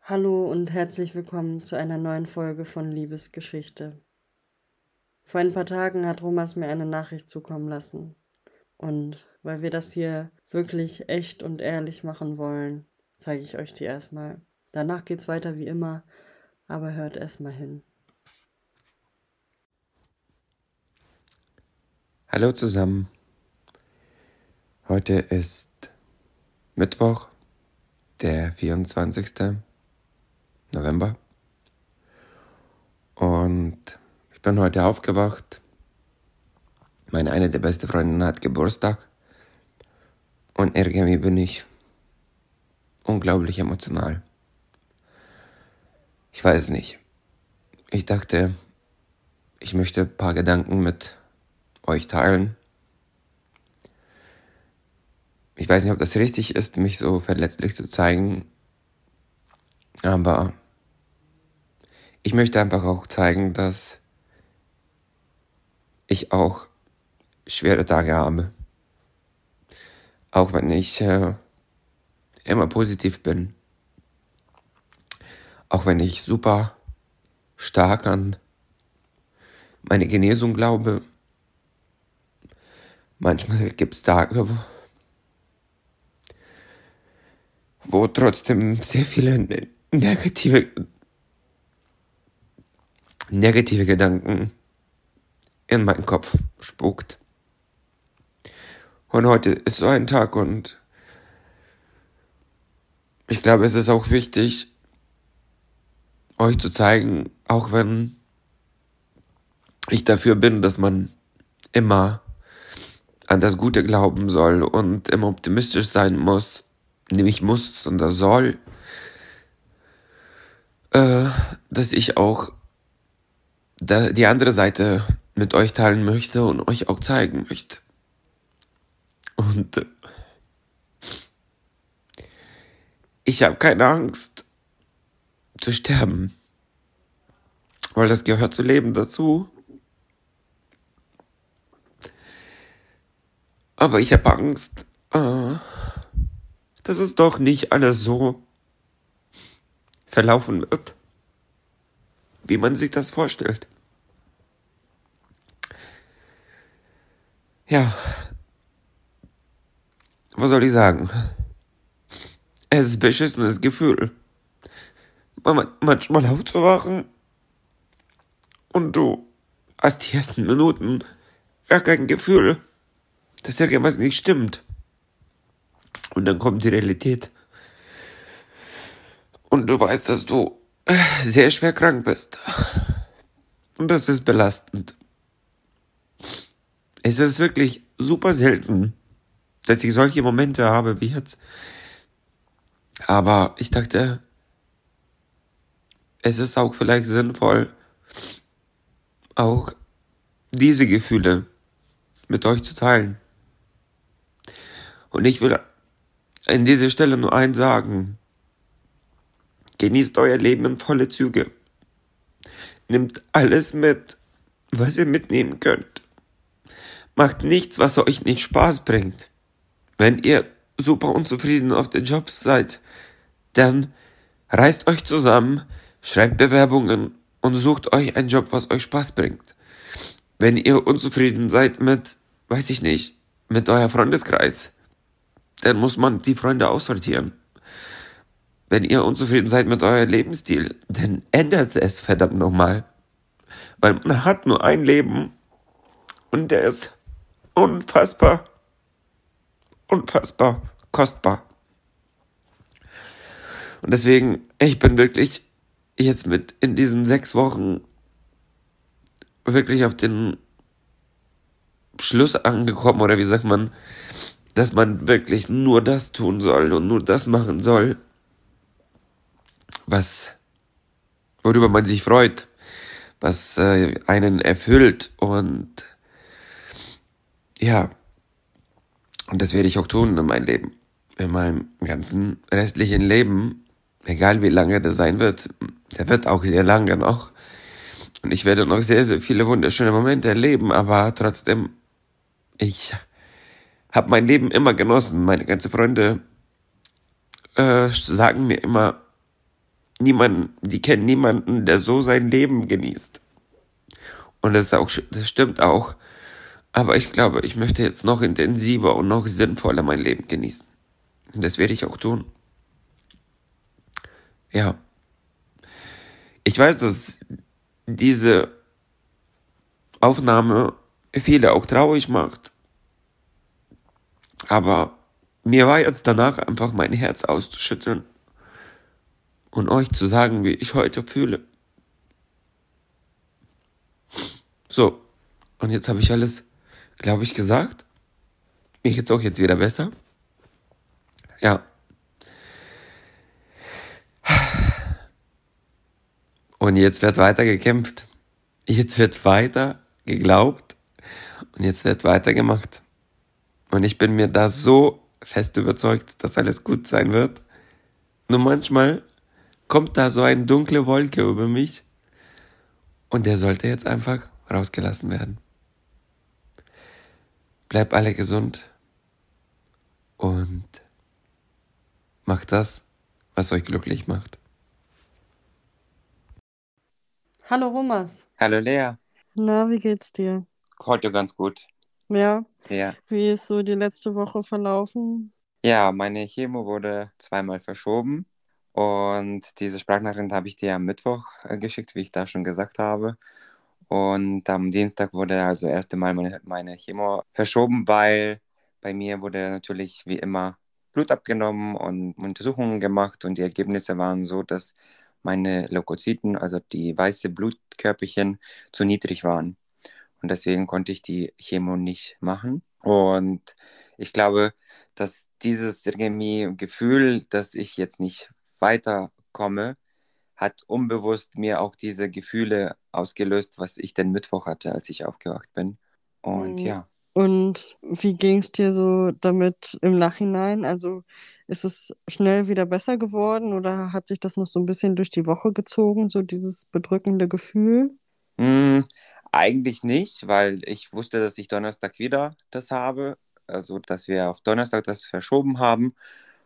Hallo und herzlich willkommen zu einer neuen Folge von Liebesgeschichte. Vor ein paar Tagen hat Romas mir eine Nachricht zukommen lassen. Und weil wir das hier wirklich echt und ehrlich machen wollen, zeige ich euch die erstmal. Danach geht's weiter wie immer, aber hört erstmal hin. Hallo zusammen. Heute ist Mittwoch, der 24. November. Und ich bin heute aufgewacht. Meine eine der besten Freundinnen hat Geburtstag. Und irgendwie bin ich unglaublich emotional. Ich weiß nicht. Ich dachte, ich möchte ein paar Gedanken mit euch teilen. Ich weiß nicht, ob das richtig ist, mich so verletzlich zu zeigen. Aber ich möchte einfach auch zeigen, dass ich auch schwere Tage habe. Auch wenn ich immer positiv bin. Auch wenn ich super stark an meine Genesung glaube. Manchmal gibt es Tage, wo trotzdem sehr viele negative Gedanken in meinen Kopf spukt. Und heute ist so ein Tag und ich glaube, es ist auch wichtig, euch zu zeigen, auch wenn ich dafür bin, dass man immer an das Gute glauben soll und immer optimistisch sein muss, nämlich muss, sondern soll, dass ich auch die andere Seite mit euch teilen möchte und euch auch zeigen möchte. Und ich habe keine Angst zu sterben, weil das gehört zu Leben dazu. Aber ich habe Angst, dass es doch nicht alles so verlaufen wird, wie man sich das vorstellt. Ja, was soll ich sagen? Es ist ein beschissenes Gefühl, manchmal aufzuwachen und du hast die ersten Minuten gar kein Gefühl, dass irgendwas nicht stimmt. Und dann kommt die Realität. Und du weißt, dass du sehr schwer krank bist. Und das ist belastend. Es ist wirklich super selten, dass ich solche Momente habe wie jetzt. Aber ich dachte, es ist auch vielleicht sinnvoll, auch diese Gefühle mit euch zu teilen. Und ich will an dieser Stelle nur eins sagen. Genießt euer Leben in volle Züge. Nehmt alles mit, was ihr mitnehmen könnt. Macht nichts, was euch nicht Spaß bringt. Wenn ihr super unzufrieden auf den Jobs seid, dann reißt euch zusammen, schreibt Bewerbungen und sucht euch einen Job, was euch Spaß bringt. Wenn ihr unzufrieden seid mit, weiß ich nicht, mit euer Freundeskreis, dann muss man die Freunde aussortieren. Wenn ihr unzufrieden seid mit eurem Lebensstil, dann ändert es verdammt nochmal. Weil man hat nur ein Leben und der ist unfassbar kostbar. Und deswegen, ich bin wirklich jetzt mit in diesen 6 Wochen wirklich auf den Schluss angekommen, oder wie sagt man, dass man wirklich nur das tun soll und nur das machen soll, worüber man sich freut, was einen erfüllt. Und ja, und das werde ich auch tun in meinem Leben. In meinem ganzen restlichen Leben, egal wie lange das sein wird, der wird auch sehr lange noch. Und ich werde noch sehr, sehr viele wunderschöne Momente erleben, aber trotzdem, ich habe mein Leben immer genossen. Meine ganzen Freunde sagen mir immer, die kennen niemanden, der so sein Leben genießt. Und das stimmt auch. Aber ich glaube, ich möchte jetzt noch intensiver und noch sinnvoller mein Leben genießen. Und das werde ich auch tun. Ja. Ich weiß, dass diese Aufnahme viele auch traurig macht. Aber mir war jetzt danach einfach mein Herz auszuschütteln und euch zu sagen, wie ich heute fühle. So, und jetzt habe ich alles, glaube ich, gesagt. Mir geht's auch jetzt wieder besser. Ja. Und jetzt wird weiter gekämpft. Jetzt wird weiter geglaubt. Und jetzt wird weiter gemacht. Und ich bin mir da so fest überzeugt, dass alles gut sein wird. Nur manchmal kommt da so eine dunkle Wolke über mich. Und der sollte jetzt einfach rausgelassen werden. Bleibt alle gesund. Und macht das, was euch glücklich macht. Hallo Romas. Hallo Lea. Na, wie geht's dir? Heute ganz gut. Ja, Ja. wie ist so die letzte Woche verlaufen? Ja, meine Chemo wurde zweimal verschoben. Und diese Sprachnachricht habe ich dir am Mittwoch geschickt, wie ich da schon gesagt habe. Und am Dienstag wurde also das erste Mal meine Chemo verschoben, weil bei mir wurde natürlich wie immer Blut abgenommen und Untersuchungen gemacht. Und die Ergebnisse waren so, dass meine Leukozyten, also die weißen Blutkörperchen, zu niedrig waren. Und deswegen konnte ich die Chemo nicht machen. Und ich glaube, dass dieses irgendwie Gefühl, dass ich jetzt nicht weiterkomme, hat unbewusst mir auch diese Gefühle ausgelöst, was ich den Mittwoch hatte, als ich aufgewacht bin. Und Mm. ja. Und wie ging es dir so damit im Nachhinein? Also ist es schnell wieder besser geworden oder hat sich das noch so ein bisschen durch die Woche gezogen, so dieses bedrückende Gefühl? Hm, eigentlich nicht, weil ich wusste, dass ich Donnerstag wieder das habe. Also, dass wir auf Donnerstag das verschoben haben.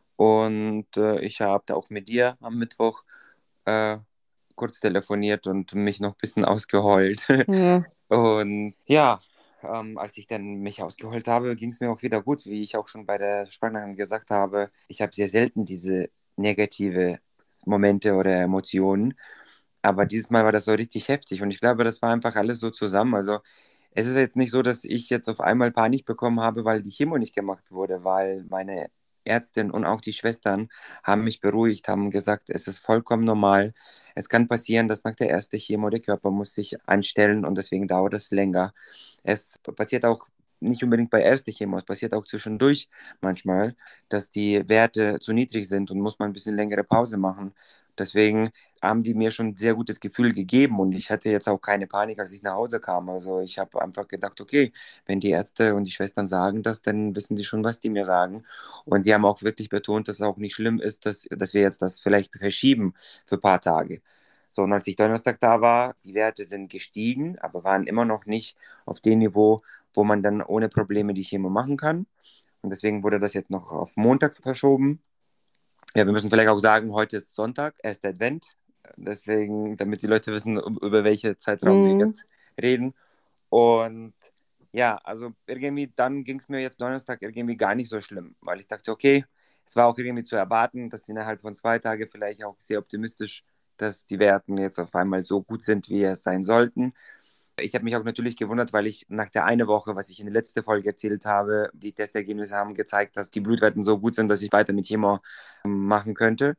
Und ich habe da auch mit dir am Mittwoch äh, kurz telefoniert und mich noch ein bisschen ausgeheult. Ja. Und ja, als ich dann mich ausgeheult habe, ging es mir auch wieder gut, wie ich auch schon bei der Sprachnachricht gesagt habe. Ich habe sehr selten diese negative Momente oder Emotionen, aber dieses Mal war das so richtig heftig und ich glaube, das war einfach alles so zusammen. Also es ist jetzt nicht so, dass ich jetzt auf einmal Panik bekommen habe, weil die Chemo nicht gemacht wurde, weil meine Ärztin und auch die Schwestern haben mich beruhigt, haben gesagt, es ist vollkommen normal. Es kann passieren, dass nach der ersten Chemo der Körper muss sich anstellen und deswegen dauert es länger. Es passiert auch nicht unbedingt bei erster Chemo, es passiert auch zwischendurch manchmal, dass die Werte zu niedrig sind und muss man ein bisschen längere Pause machen. Deswegen haben die mir schon ein sehr gutes Gefühl gegeben und ich hatte jetzt auch keine Panik, als ich nach Hause kam. Also ich habe einfach gedacht, okay, wenn die Ärzte und die Schwestern sagen das, dann wissen die schon, was die mir sagen. Und die haben auch wirklich betont, dass es auch nicht schlimm ist, dass wir jetzt das vielleicht verschieben für ein paar Tage. So, und als ich Donnerstag da war, die Werte sind gestiegen, aber waren immer noch nicht auf dem Niveau, wo man dann ohne Probleme die Chemo machen kann. Und deswegen wurde das jetzt noch auf Montag verschoben. Ja, wir müssen vielleicht auch sagen, heute ist Sonntag, erst Advent. Deswegen, damit die Leute wissen, über welche Zeitraum wir Mhm. jetzt reden. Und ja, also irgendwie dann ging es mir jetzt Donnerstag irgendwie gar nicht so schlimm, weil ich dachte, okay, es war auch irgendwie zu erwarten, dass innerhalb von 2 Tagen vielleicht auch sehr optimistisch, dass die Werten jetzt auf einmal so gut sind, wie es sein sollten. Ich habe mich auch natürlich gewundert, weil ich nach der eine Woche, was ich in der letzten Folge erzählt habe, die Testergebnisse haben gezeigt, dass die Blutwerten so gut sind, dass ich weiter mit Chemo machen könnte.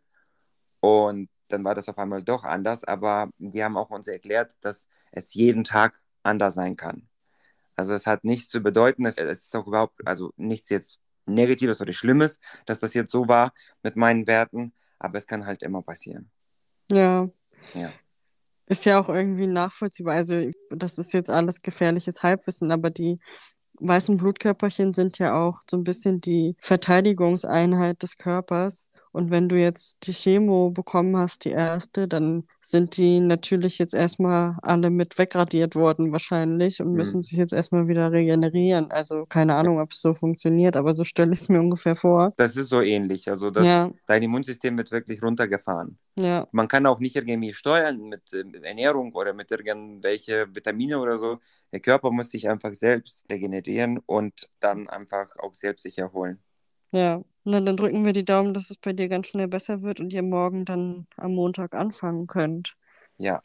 Und dann war das auf einmal doch anders, aber die haben auch uns erklärt, dass es jeden Tag anders sein kann. Also es hat nichts zu bedeuten, es ist auch überhaupt, also nichts jetzt Negatives oder Schlimmes, dass das jetzt so war mit meinen Werten, aber es kann halt immer passieren. Ja, Ja. ist ja auch irgendwie nachvollziehbar. Also das ist jetzt alles gefährliches Halbwissen, aber die weißen Blutkörperchen sind ja auch so ein bisschen die Verteidigungseinheit des Körpers. Und wenn du jetzt die Chemo bekommen hast, die erste, dann sind die natürlich jetzt erstmal alle mit wegradiert worden wahrscheinlich und müssen Hm. sich jetzt erstmal wieder regenerieren. Also keine Ja. Ahnung, ob es so funktioniert, aber so stelle ich es mir ungefähr vor. Das ist so ähnlich. Also Ja, dein Immunsystem wird wirklich runtergefahren. ja, Man kann auch nicht irgendwie steuern mit Ernährung oder mit irgendwelche Vitamine oder so. Der Körper muss sich einfach selbst regenerieren und dann einfach auch selbst sich erholen. ja. Na, dann drücken wir die Daumen, dass es bei dir ganz schnell besser wird und ihr morgen dann am Montag anfangen könnt. Ja,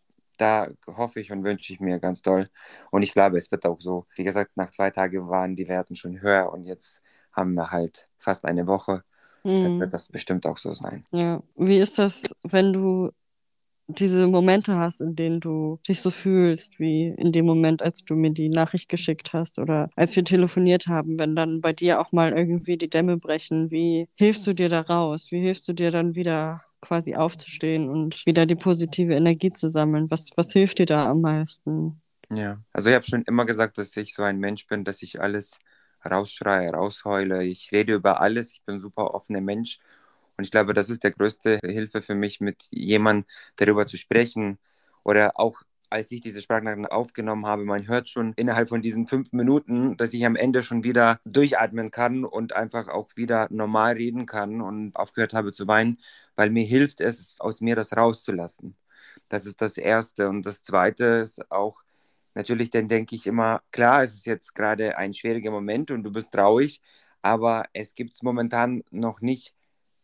da hoffe ich und wünsche ich mir ganz doll. Und ich glaube, es wird auch so. Wie gesagt, nach 2 Tagen waren die Werten schon höher und jetzt haben wir halt fast eine Woche. Dann wird Hm, das bestimmt auch so sein. ja. Wie ist das, wenn du diese Momente hast, in denen du dich so fühlst, wie in dem Moment, als du mir die Nachricht geschickt hast oder als wir telefoniert haben, wenn dann bei dir auch mal irgendwie die Dämme brechen, wie hilfst du dir da raus? Wie hilfst du dir dann wieder quasi aufzustehen und wieder die positive Energie zu sammeln? Was hilft dir da am meisten? Ja, also ich habe schon immer gesagt, dass ich so ein Mensch bin, dass ich alles rausschreie, rausheule. Ich rede über alles. Ich bin ein super offener Mensch. Und ich glaube, das ist der größte Hilfe für mich, mit jemandem darüber zu sprechen. Oder auch als ich diese Sprachnachrichten aufgenommen habe, man hört schon innerhalb von diesen 5 Minuten, dass ich am Ende schon wieder durchatmen kann und einfach auch wieder normal reden kann und aufgehört habe zu weinen, weil mir hilft es, aus mir das rauszulassen. Das ist das Erste. Und das Zweite ist auch, natürlich, dann denke ich immer, klar, es ist jetzt gerade ein schwieriger Moment und du bist traurig, aber es gibt momentan noch nicht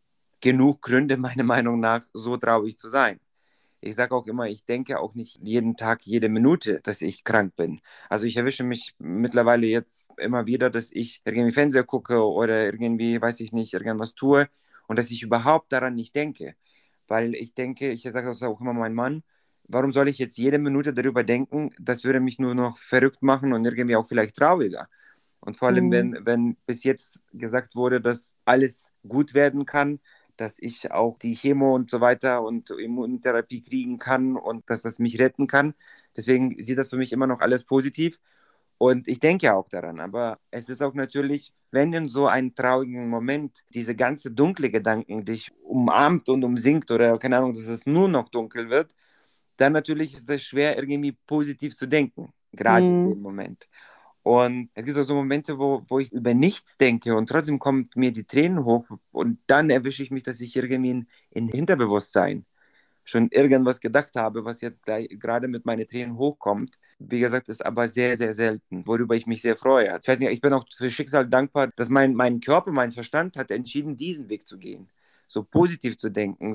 genug Gründe, meiner Meinung nach, so traurig zu sein. Ich sage auch immer, ich denke auch nicht jeden Tag, jede Minute, dass ich krank bin. Also ich erwische mich mittlerweile jetzt immer wieder, dass ich irgendwie Fernseher gucke oder irgendwie, weiß ich nicht, irgendwas tue und dass ich überhaupt daran nicht denke. Weil ich denke, ich sage das auch immer meinem Mann, warum soll ich jetzt jede Minute darüber denken? Das würde mich nur noch verrückt machen und irgendwie auch vielleicht trauriger. Und vor allem, Hm, wenn bis jetzt gesagt wurde, dass alles gut werden kann, dass ich auch die Chemo und so weiter und Immuntherapie kriegen kann und dass das mich retten kann. Deswegen sieht das für mich immer noch alles positiv. Und ich denke auch daran, aber es ist auch natürlich, wenn in so einem traurigen Moment diese ganze dunkle Gedanken dich umarmt und umsingt oder keine Ahnung, dass es nur noch dunkel wird, dann natürlich ist es schwer, irgendwie positiv zu denken, gerade in hm, dem Moment. Und es gibt auch so Momente, wo ich über nichts denke und trotzdem kommen mir die Tränen hoch und dann erwische ich mich, dass ich irgendwie in Hinterbewusstsein schon irgendwas gedacht habe, was jetzt gleich, gerade mit meinen Tränen hochkommt. Wie gesagt, ist aber sehr, sehr selten, worüber ich mich sehr freue. Ich weiß nicht, ich bin auch für Schicksal dankbar, dass mein Körper, mein Verstand hat entschieden, diesen Weg zu gehen. So positiv zu denken,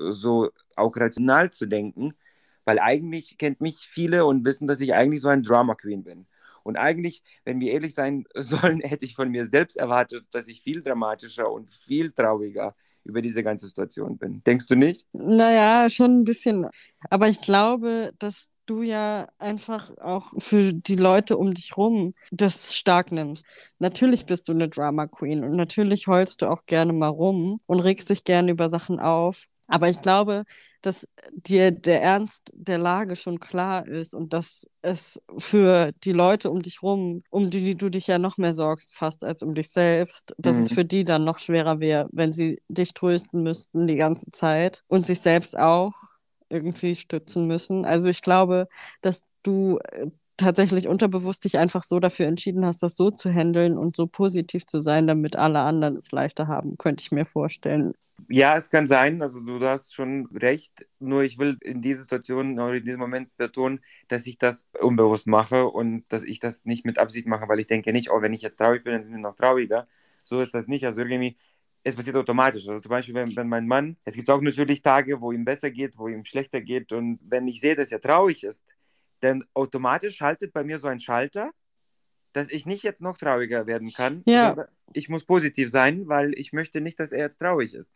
so auch rational zu denken, weil eigentlich kennt mich viele und wissen, dass ich eigentlich so ein Drama Queen bin. Und eigentlich, wenn wir ehrlich sein sollen, hätte ich von mir selbst erwartet, dass ich viel dramatischer und viel trauriger über diese ganze Situation bin. Denkst du nicht? naja, schon ein bisschen. Aber ich glaube, dass du ja einfach auch für die Leute um dich rum das stark nimmst. Natürlich bist du eine Drama Queen und natürlich heulst du auch gerne mal rum und regst dich gerne über Sachen auf. Aber ich glaube, dass dir der Ernst der Lage schon klar ist und dass es für die Leute um dich rum, um die du dich ja noch mehr sorgst, fast als um dich selbst, dass es Mhm. für die dann noch schwerer wäre, wenn sie dich trösten müssten die ganze Zeit und sich selbst auch irgendwie stützen müssen. Also ich glaube, dass du tatsächlich unterbewusst dich einfach so dafür entschieden hast, das so zu handeln und so positiv zu sein, damit alle anderen es leichter haben, könnte ich mir vorstellen. Ja, es kann sein, also du hast schon recht, nur ich will in dieser Situation oder in diesem Moment betonen, dass ich das unbewusst mache und dass ich das nicht mit Absicht mache, weil ich denke nicht, oh, wenn ich jetzt traurig bin, dann sind die noch trauriger. So ist das nicht, also irgendwie, es passiert automatisch. Also zum Beispiel, wenn mein Mann, es gibt auch natürlich Tage, wo ihm besser geht, wo ihm schlechter geht und wenn ich sehe, dass er traurig ist, dann automatisch schaltet bei mir so ein Schalter, dass ich nicht jetzt noch trauriger werden kann, Ja, sondern ich muss positiv sein, weil ich möchte nicht, dass er jetzt traurig ist.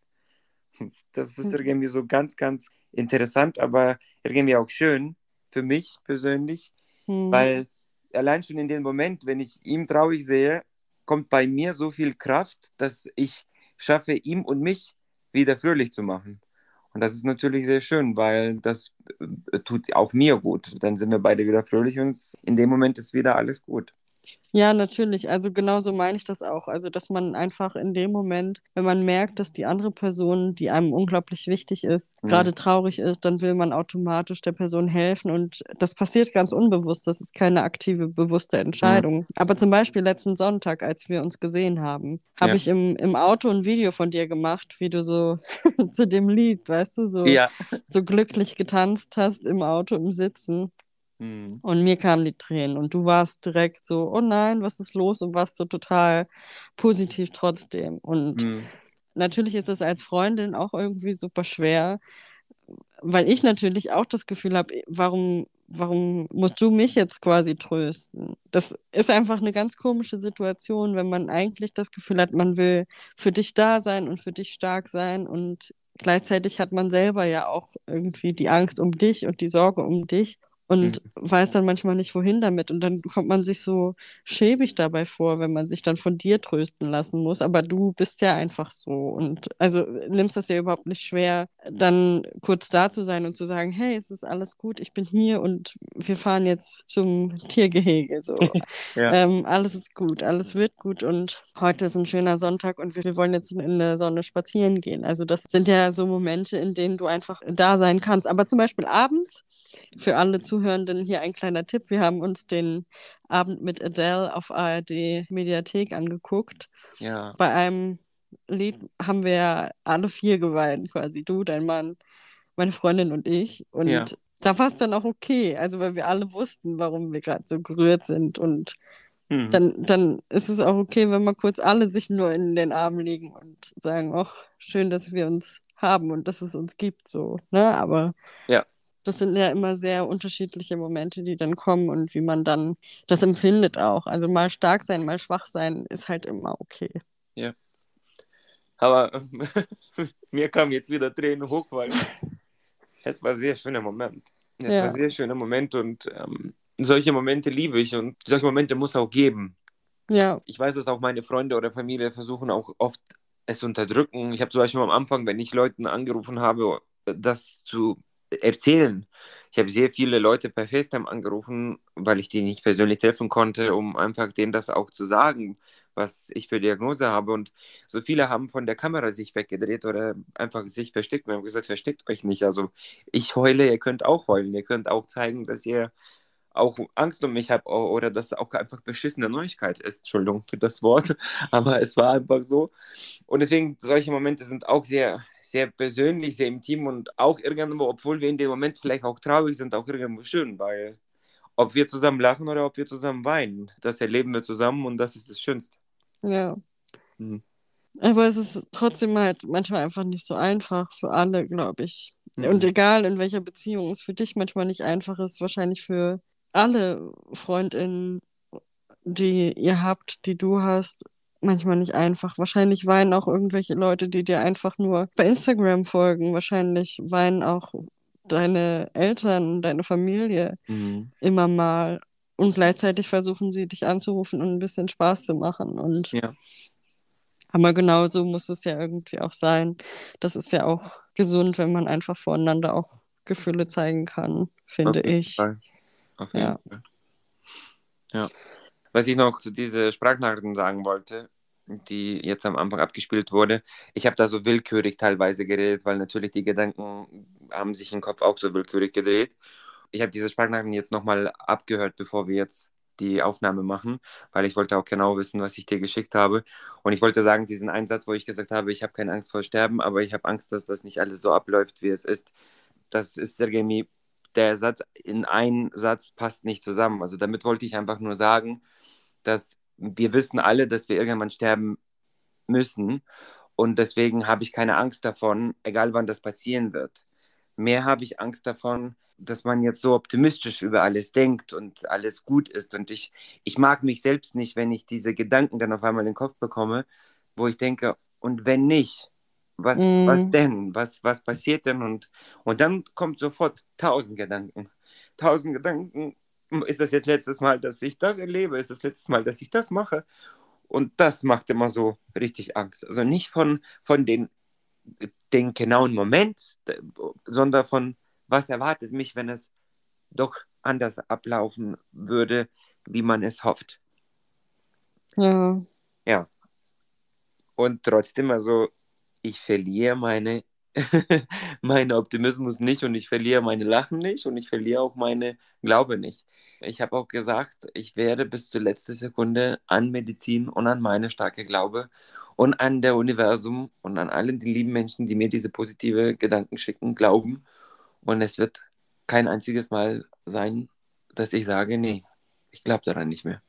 Das ist irgendwie so ganz, ganz interessant, aber irgendwie auch schön für mich persönlich, hm. weil allein schon in dem Moment, wenn ich ihn traurig sehe, kommt bei mir so viel Kraft, dass ich schaffe, ihm und mich wieder fröhlich zu machen. Und das ist natürlich sehr schön, weil das tut auch mir gut. Dann sind wir beide wieder fröhlich und in dem Moment ist wieder alles gut. Ja, natürlich. Also genauso meine ich das auch. Also, dass man einfach in dem Moment, wenn man merkt, dass die andere Person, die einem unglaublich wichtig ist, Mhm. gerade traurig ist, dann will man automatisch der Person helfen. Und das passiert ganz unbewusst. Das ist keine aktive, bewusste Mhm. Entscheidung. Aber zum Beispiel letzten Sonntag, als wir uns gesehen haben, habe Ja. ich im Auto ein Video von dir gemacht, wie du so zu dem Lied, weißt du, Ja. so glücklich getanzt hast im Auto, im Sitzen. Mhm. Und mir kamen die Tränen und du warst direkt so, oh nein, was ist los? Und warst so total positiv trotzdem. Und Mhm. natürlich ist es als Freundin auch irgendwie super schwer, weil ich natürlich auch das Gefühl habe, warum musst du mich jetzt quasi trösten? Das ist einfach eine ganz komische Situation, wenn man eigentlich das Gefühl hat, man will für dich da sein und für dich stark sein und gleichzeitig hat man selber ja auch irgendwie die Angst um dich und die Sorge um dich und Mhm. weiß dann manchmal nicht, wohin damit. Und dann kommt man sich so schäbig dabei vor, wenn man sich dann von dir trösten lassen muss. Aber du bist ja einfach so. Und also nimmst das ja überhaupt nicht schwer, dann kurz da zu sein und zu sagen, hey, es ist alles gut, ich bin hier und wir fahren jetzt zum Tiergehege. So, Ja. alles ist gut, alles wird gut und heute ist ein schöner Sonntag und wir wollen jetzt in der Sonne spazieren gehen. Also das sind ja so Momente, in denen du einfach da sein kannst. Aber zum Beispiel abends, für alle Zuhörenden hier ein kleiner Tipp. Wir haben uns den Abend mit Adele auf ARD Mediathek angeguckt. Ja. Bei einem Lied haben wir ja alle vier geweint, quasi du, dein Mann, meine Freundin und ich. Ja. Und da war es dann auch okay, also weil wir alle wussten, warum wir gerade so gerührt sind. Und Mhm. dann ist es auch okay, wenn wir kurz alle sich nur in den Armen legen und sagen, ach, schön, dass wir uns haben und dass es uns gibt, so, ne? Aber Ja. das sind ja immer sehr unterschiedliche Momente, die dann kommen und wie man dann das empfindet auch. Also mal stark sein, mal schwach sein, ist halt immer okay. Ja. Aber mir kamen jetzt wieder Tränen hoch, weil es war ein sehr schöner Moment. Es war ein Ja, sehr schöner Moment und solche Momente liebe ich und solche Momente muss es auch geben. ja, Ich weiß, dass auch meine Freunde oder Familie versuchen auch oft es zu unterdrücken. Ich habe zum Beispiel am Anfang, wenn ich Leuten angerufen habe, das zu erzählen. Ich habe sehr viele Leute per FaceTime angerufen, weil ich denen nicht persönlich helfen konnte, um einfach denen das auch zu sagen, was ich für Diagnose habe. Und so viele haben von der Kamera sich weggedreht oder einfach sich versteckt. Wir haben gesagt, versteckt euch nicht. Also ich heule, ihr könnt auch heulen. Ihr könnt auch zeigen, dass ihr auch Angst um mich habt oder dass es auch einfach beschissene Neuigkeit ist. Entschuldigung für das Wort, aber es war einfach so. Und deswegen, solche Momente sind auch sehr, sehr persönlich, sehr intim und auch irgendwo, obwohl wir in dem Moment vielleicht auch traurig sind, auch irgendwo schön, weil ob wir zusammen lachen oder ob wir zusammen weinen, das erleben wir zusammen und das ist das Schönste. ja. Mhm. Aber es ist trotzdem halt manchmal einfach nicht so einfach für alle, glaube ich. Und Mhm. egal in welcher Beziehung es für dich manchmal nicht einfach ist, wahrscheinlich für alle Freundinnen, die ihr habt, die du hast, manchmal nicht einfach. Wahrscheinlich weinen auch irgendwelche Leute, die dir einfach nur bei Instagram folgen. Wahrscheinlich weinen auch deine Eltern, deine Familie Mhm. immer mal. Und gleichzeitig versuchen sie, dich anzurufen und ein bisschen Spaß zu machen. Und Ja, aber genauso muss es ja irgendwie auch sein. Das ist ja auch gesund, wenn man einfach voreinander auch Gefühle zeigen kann, auf finde jeden ich. Fall. Auf jeden Ja. Fall. Ja. Was ich noch zu diesen Sprachnachrichten sagen wollte, die jetzt am Anfang abgespielt wurde, ich habe da so willkürlich teilweise geredet, weil natürlich die Gedanken haben sich im Kopf auch so willkürlich gedreht. Ich habe diese Sprachnachrichten jetzt nochmal abgehört, bevor wir jetzt die Aufnahme machen, weil ich wollte auch genau wissen, was ich dir geschickt habe. Und ich wollte sagen, diesen einen Satz, wo ich gesagt habe, ich habe keine Angst vor Sterben, aber ich habe Angst, dass das nicht alles so abläuft, wie es ist. Das ist, Sergej, der Satz in einen Satz passt nicht zusammen. Also damit wollte ich einfach nur sagen, dass wir wissen alle, dass wir irgendwann sterben müssen. Und deswegen habe ich keine Angst davon, egal wann das passieren wird. Mehr habe ich Angst davon, dass man jetzt so optimistisch über alles denkt und alles gut ist. Und ich mag mich selbst nicht, wenn ich diese Gedanken dann auf einmal in den Kopf bekomme, wo ich denke, und wenn nicht, was Mm, denn? Was passiert denn? Und dann kommt sofort tausend Gedanken. Tausend Gedanken. Ist das jetzt letztes Mal, dass ich das erlebe? Ist das letztes Mal, dass ich das mache? Und das macht immer so richtig Angst. Also nicht von den genauen Moment, sondern von, was erwartet mich, wenn es doch anders ablaufen würde, wie man es hofft. Ja, Ja, und trotzdem, also ich verliere meinen Optimismus nicht und ich verliere meine Lachen nicht und ich verliere auch meine Glaube nicht. Ich habe auch gesagt, ich werde bis zur letzten Sekunde an Medizin und an meine starke Glaube und an der Universum und an allen die lieben Menschen, die mir diese positive Gedanken schicken, glauben. Und es wird kein einziges Mal sein, dass ich sage, nee, ich glaube daran nicht mehr.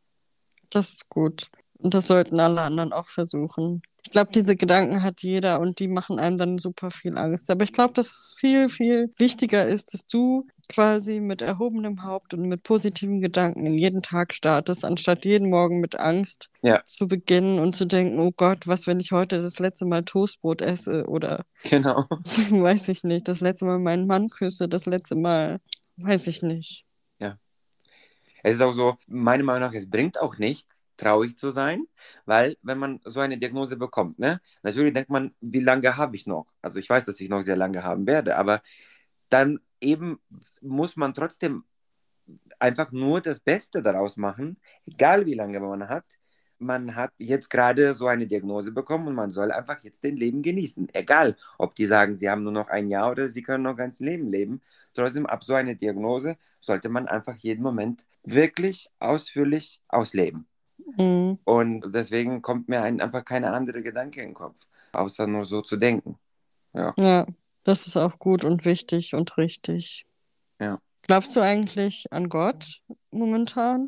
das ist gut. Und das sollten alle anderen auch versuchen. Ich glaube, diese Gedanken hat jeder und die machen einem dann super viel Angst. Aber ich glaube, dass es viel, viel wichtiger ist, dass du quasi mit erhobenem Haupt und mit positiven Gedanken in jeden Tag startest, anstatt jeden Morgen mit Angst Ja, zu beginnen und zu denken, oh Gott, was, wenn ich heute das letzte Mal Toastbrot esse oder genau. weiß ich nicht, das letzte Mal meinen Mann küsse, das letzte Mal, weiß ich nicht. Ja. Es ist auch so, meiner Meinung nach, es bringt auch nichts, traurig zu sein, weil wenn man so eine Diagnose bekommt, ne, natürlich denkt man, wie lange habe ich noch? Also ich weiß, dass ich noch sehr lange haben werde, aber dann eben muss man trotzdem einfach nur das Beste daraus machen, egal wie lange man hat. Man hat jetzt gerade so eine Diagnose bekommen und man soll einfach jetzt den Leben genießen. Egal, ob die sagen, sie haben nur noch ein Jahr oder sie können noch ganz Leben leben. Trotzdem, ab so einer Diagnose sollte man einfach jeden Moment wirklich ausführlich ausleben. Mhm. Und deswegen kommt mir einfach keine andere Gedanke in den Kopf, außer nur so zu denken. Ja, Ja, das ist auch gut und wichtig und richtig. ja. Glaubst du eigentlich an Gott momentan?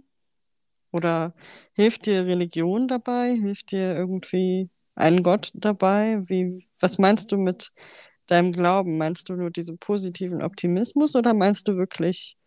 Oder hilft dir Religion dabei? Hilft dir irgendwie ein Gott dabei? Was meinst du mit deinem Glauben? Meinst du nur diesen positiven Optimismus oder meinst du wirklich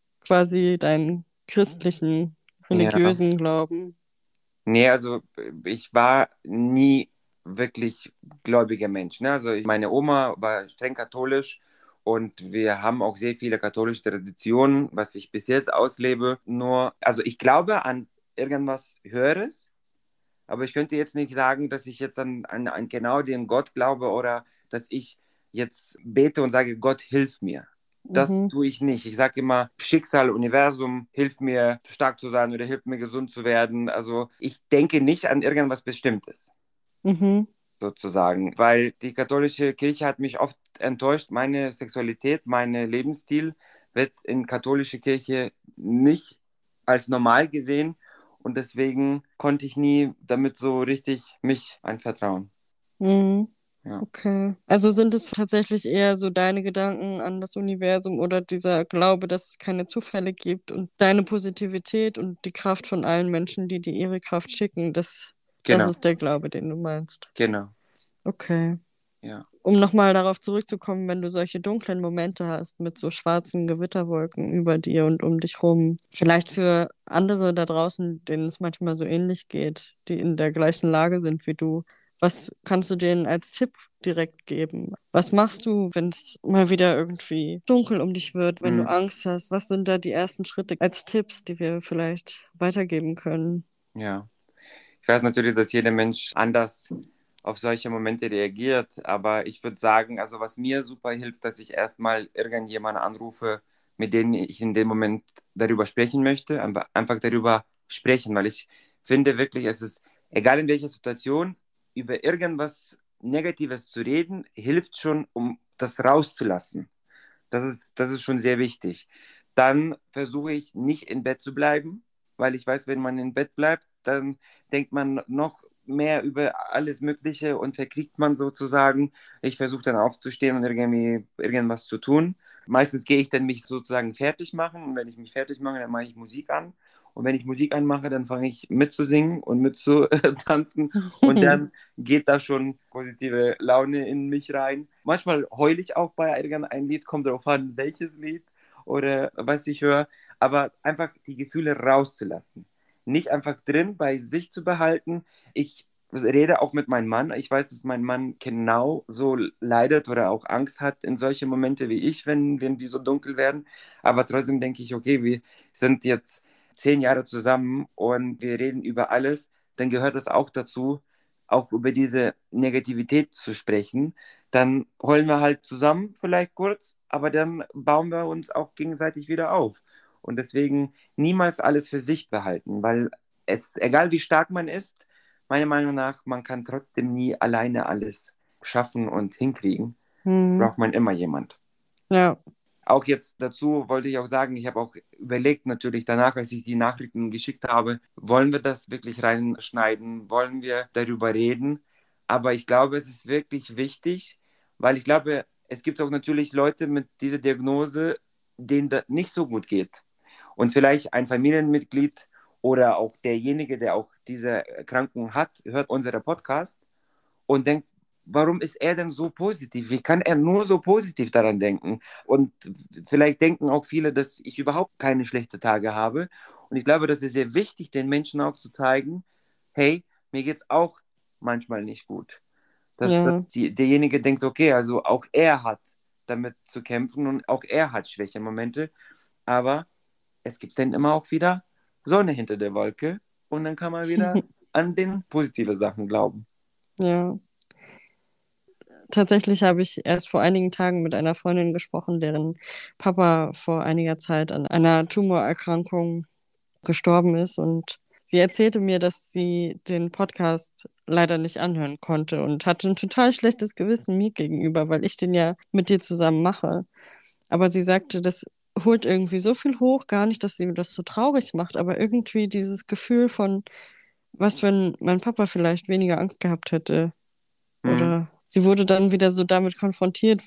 quasi deinen christlichen, Ja. religiösen Glauben? Nee, also ich war nie wirklich gläubiger Mensch. Ne? Also meine Oma war streng katholisch und wir haben auch sehr viele katholische Traditionen, was ich bis jetzt auslebe. Nur, also ich glaube an irgendwas Höheres, aber ich könnte jetzt nicht sagen, dass ich jetzt an genau den Gott glaube oder dass ich jetzt bete und sage, Gott, hilf mir. Das Mhm, tue ich nicht. Ich sage immer, Schicksal, Universum, hilf mir stark zu sein oder hilf mir gesund zu werden. Also ich denke nicht an irgendwas Bestimmtes, mhm, sozusagen, weil die katholische Kirche hat mich oft enttäuscht. Meine Sexualität, mein Lebensstil wird in katholischer Kirche nicht als normal gesehen und deswegen konnte ich nie damit so richtig mich anvertrauen. mhm. Ja, Okay. Also sind es tatsächlich eher so deine Gedanken an das Universum oder dieser Glaube, dass es keine Zufälle gibt und deine Positivität und die Kraft von allen Menschen, die dir ihre Kraft schicken, das genau, ist der Glaube, den du meinst. genau, Okay. ja, Um nochmal darauf zurückzukommen, wenn du solche dunklen Momente hast mit so schwarzen Gewitterwolken über dir und um dich rum, vielleicht für andere da draußen, denen es manchmal so ähnlich geht, die in der gleichen Lage sind wie du, was kannst du denen als Tipp direkt geben? Was machst du, wenn es mal wieder irgendwie dunkel um dich wird, wenn du mm, Angst hast? Was sind da die ersten Schritte als Tipps, die wir vielleicht weitergeben können? ja. Ich weiß natürlich, dass jeder Mensch anders auf solche Momente reagiert, aber ich würde sagen, also was mir super hilft, dass ich erstmal irgendjemanden anrufe, mit dem ich in dem Moment darüber sprechen möchte, einfach darüber sprechen, weil ich finde wirklich, es ist, egal in welcher Situation, über irgendwas Negatives zu reden, hilft schon, um das rauszulassen. Das ist schon sehr wichtig. Dann versuche ich nicht im Bett zu bleiben, weil ich weiß, wenn man im Bett bleibt, dann denkt man noch mehr über alles Mögliche und verkriecht man sozusagen. Ich versuche dann aufzustehen und irgendwie irgendwas zu tun. Meistens gehe ich dann mich sozusagen fertig machen und wenn ich mich fertig mache, dann mache ich Musik an. Und wenn ich Musik anmache, dann fange ich mitzusingen und mitzutanzen und dann geht da schon positive Laune in mich rein. Manchmal heule ich auch bei irgendeinem Lied, kommt darauf an, welches Lied oder was ich höre, aber einfach die Gefühle rauszulassen. Nicht einfach drin bei sich zu behalten. Ich rede auch mit meinem Mann. Ich weiß, dass mein Mann genau so leidet oder auch Angst hat in solche Momente wie ich, wenn die so dunkel werden. Aber trotzdem denke ich, okay, wir sind jetzt 10 Jahre zusammen und wir reden über alles, dann gehört das auch dazu, auch über diese Negativität zu sprechen. Dann heulen wir halt zusammen vielleicht kurz, aber dann bauen wir uns auch gegenseitig wieder auf. Und deswegen niemals alles für sich behalten, weil egal wie stark man ist, meiner Meinung nach, man kann trotzdem nie alleine alles schaffen und hinkriegen. Hm. Braucht man immer jemand. Ja. Auch jetzt dazu wollte ich auch sagen, ich habe auch überlegt natürlich danach, als ich die Nachrichten geschickt habe, wollen wir das wirklich reinschneiden, wollen wir darüber reden? Aber ich glaube, es ist wirklich wichtig, weil ich glaube, es gibt auch natürlich Leute mit dieser Diagnose, denen das nicht so gut geht. Und vielleicht ein Familienmitglied oder auch derjenige, der auch diese Erkrankung hat, hört unseren Podcast und denkt, warum ist er denn so positiv? Wie kann er nur so positiv daran denken? Und vielleicht denken auch viele, dass ich überhaupt keine schlechten Tage habe. Und ich glaube, das ist sehr wichtig, den Menschen auch zu zeigen, hey, mir geht es auch manchmal nicht gut. Dass Ja. derjenige denkt, okay, also auch er hat damit zu kämpfen und auch er hat Schwächemomente. Aber es gibt dann immer auch wieder Sonne hinter der Wolke und dann kann man wieder an den positiven Sachen glauben. Ja. Tatsächlich habe ich erst vor einigen Tagen mit einer Freundin gesprochen, deren Papa vor einiger Zeit an einer Tumorerkrankung gestorben ist. Und sie erzählte mir, dass sie den Podcast leider nicht anhören konnte und hatte ein total schlechtes Gewissen mir gegenüber, weil ich den ja mit dir zusammen mache. Aber sie sagte, das holt irgendwie so viel hoch, gar nicht, dass sie das so traurig macht, aber irgendwie dieses Gefühl von, was, wenn mein Papa vielleicht weniger Angst gehabt hätte. Hm, Oder sie wurde dann wieder so damit konfrontiert,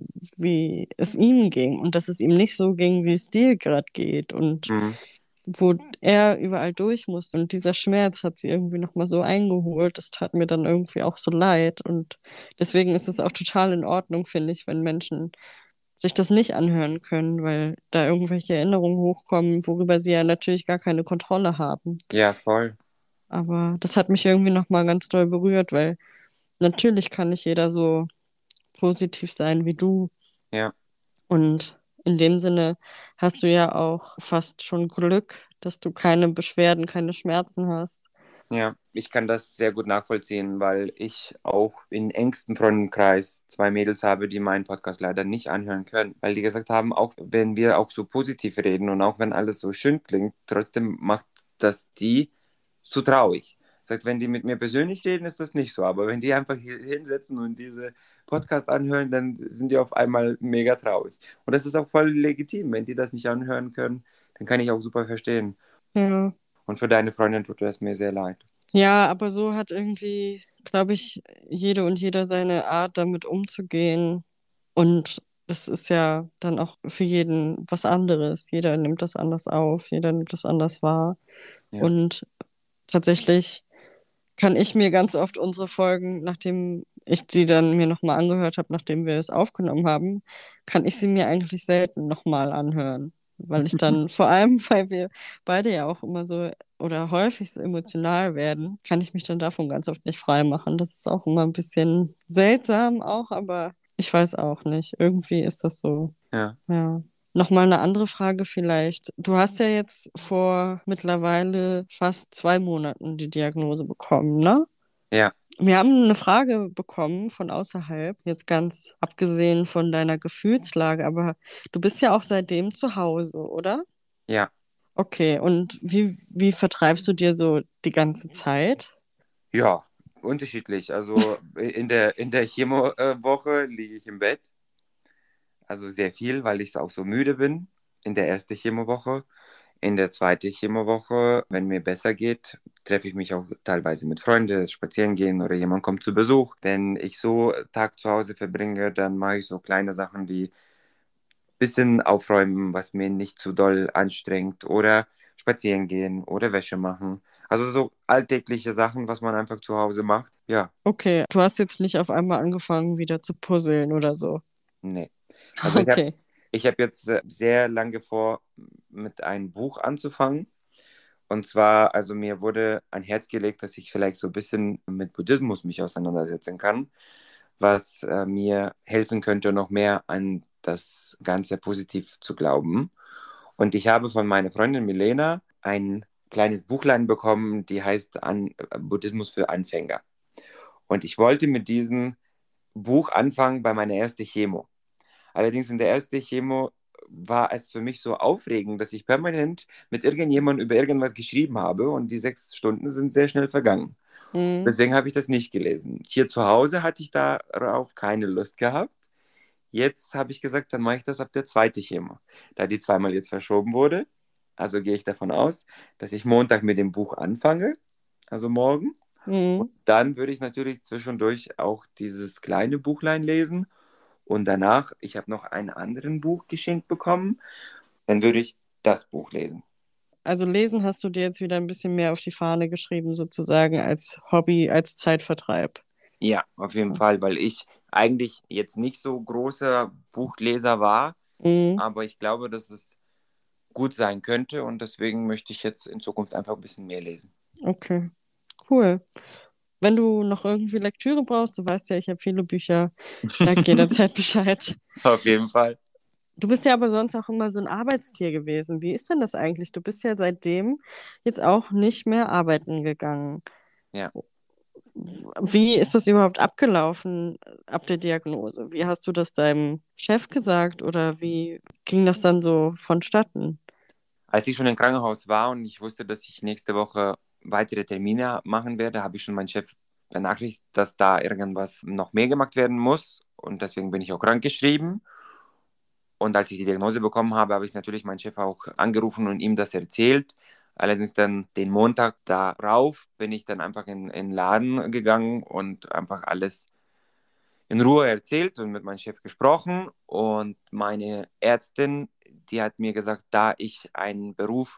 wie es ihm ging und dass es ihm nicht so ging, wie es dir gerade geht und hm. wo er überall durch musste. Und dieser Schmerz hat sie irgendwie nochmal so eingeholt. Das tat mir dann irgendwie auch so leid. Und deswegen ist es auch total in Ordnung, finde ich, wenn Menschen sich das nicht anhören können, weil da irgendwelche Erinnerungen hochkommen, worüber sie ja natürlich gar keine Kontrolle haben. Ja, voll. Aber das hat mich irgendwie nochmal ganz doll berührt, weil natürlich kann nicht jeder so positiv sein wie du. Ja. Und in dem Sinne hast du ja auch fast schon Glück, dass du keine Beschwerden, keine Schmerzen hast. Ja, ich kann das sehr gut nachvollziehen, weil ich auch in engsten Freundenkreis zwei Mädels habe, die meinen Podcast leider nicht anhören können, weil die gesagt haben, auch wenn wir auch so positiv reden und auch wenn alles so schön klingt, trotzdem macht das die zu traurig. Sagt, wenn die mit mir persönlich reden, ist das nicht so, aber wenn die einfach hier hinsetzen und diese Podcast anhören, dann sind die auf einmal mega traurig. Und das ist auch voll legitim, wenn die das nicht anhören können, dann kann ich auch super verstehen. Ja. Und für deine Freundin tut es mir sehr leid. Ja, aber so hat irgendwie, glaube ich, jede und jeder seine Art, damit umzugehen. Und das ist ja dann auch für jeden was anderes. Jeder nimmt das anders auf, jeder nimmt das anders wahr. Ja. Und tatsächlich kann ich mir ganz oft unsere Folgen, nachdem ich die dann mir nochmal angehört habe, nachdem wir es aufgenommen haben, kann ich sie mir eigentlich selten nochmal anhören. Weil ich dann, vor allem, weil wir beide ja auch immer so oder häufig so emotional werden, kann ich mich dann davon ganz oft nicht frei machen. Das ist auch immer ein bisschen seltsam auch, aber ich weiß auch nicht. Irgendwie ist das so. Ja. Ja. Nochmal eine andere Frage vielleicht. Du hast ja jetzt vor mittlerweile fast 2 Monaten die Diagnose bekommen, ne? Ja, Wir haben eine Frage bekommen von außerhalb, jetzt ganz abgesehen von deiner Gefühlslage, aber du bist ja auch seitdem zu Hause, oder? ja, Okay, und wie vertreibst du dir so die ganze Zeit? ja, unterschiedlich. Also in der Chemo-Woche liege ich im Bett, also sehr viel, weil ich auch so müde bin. In der ersten Chemo-Woche. In der zweiten Chemo-Woche, wenn mir besser geht, treffe ich mich auch teilweise mit Freunden, spazieren gehen oder jemand kommt zu Besuch. Wenn ich so Tag zu Hause verbringe, dann mache ich so kleine Sachen wie bisschen aufräumen, was mir nicht zu doll anstrengt oder spazieren gehen oder Wäsche machen. Also so alltägliche Sachen, was man einfach zu Hause macht. Ja, Okay, du hast jetzt nicht auf einmal angefangen, wieder zu puzzeln oder so. nee. Also ich habe Okay. ich hab jetzt sehr lange vor, mit einem Buch anzufangen. Und zwar, also mir wurde ein Herz gelegt, dass ich vielleicht so ein bisschen mit Buddhismus mich auseinandersetzen kann, was mir helfen könnte, noch mehr an das Ganze positiv zu glauben. Und ich habe von meiner Freundin Milena ein kleines Buchlein bekommen, die heißt Buddhismus für Anfänger. Und ich wollte mit diesem Buch anfangen bei meiner ersten Chemo. Allerdings in der ersten Chemo war es für mich so aufregend, dass ich permanent mit irgendjemandem über irgendwas geschrieben habe und die 6 Stunden sind sehr schnell vergangen. Mhm. Deswegen habe ich das nicht gelesen. Hier zu Hause hatte ich darauf keine Lust gehabt. Jetzt habe ich gesagt, dann mache ich das ab der zweiten Chemo. Da die zweimal jetzt verschoben wurde, also gehe ich davon aus, dass ich Montag mit dem Buch anfange, also morgen. Und Mhm. dann würde ich natürlich zwischendurch auch dieses kleine Buchlein lesen. Und danach, ich habe noch ein anderes Buch geschenkt bekommen, dann würde ich das Buch lesen. Also lesen hast du dir jetzt wieder ein bisschen mehr auf die Fahne geschrieben, sozusagen als Hobby, als Zeitvertreib. Ja, auf jeden Fall, weil ich eigentlich jetzt nicht so großer Buchleser war, Mhm. aber ich glaube, dass es gut sein könnte und deswegen möchte ich jetzt in Zukunft einfach ein bisschen mehr lesen. Okay, cool. Wenn du noch irgendwie Lektüre brauchst, du weißt ja, ich habe viele Bücher, sag jederzeit Bescheid. Auf jeden Fall. Du bist ja aber sonst auch immer so ein Arbeitstier gewesen. Wie ist denn das eigentlich? Du bist ja seitdem jetzt auch nicht mehr arbeiten gegangen. Ja. Wie ist das überhaupt abgelaufen ab der Diagnose? Wie hast du das deinem Chef gesagt oder wie ging das dann so vonstatten? Als ich schon im Krankenhaus war und ich wusste, dass ich nächste Woche weitere Termine machen werde, habe ich schon meinen Chef benachrichtigt, dass da irgendwas noch mehr gemacht werden muss. Und deswegen bin ich auch krankgeschrieben. Und als ich die Diagnose bekommen habe, habe ich natürlich meinen Chef auch angerufen und ihm das erzählt. Allerdings dann den Montag darauf bin ich dann einfach in den Laden gegangen und einfach alles in Ruhe erzählt und mit meinem Chef gesprochen. Und meine Ärztin, die hat mir gesagt, da ich einen Beruf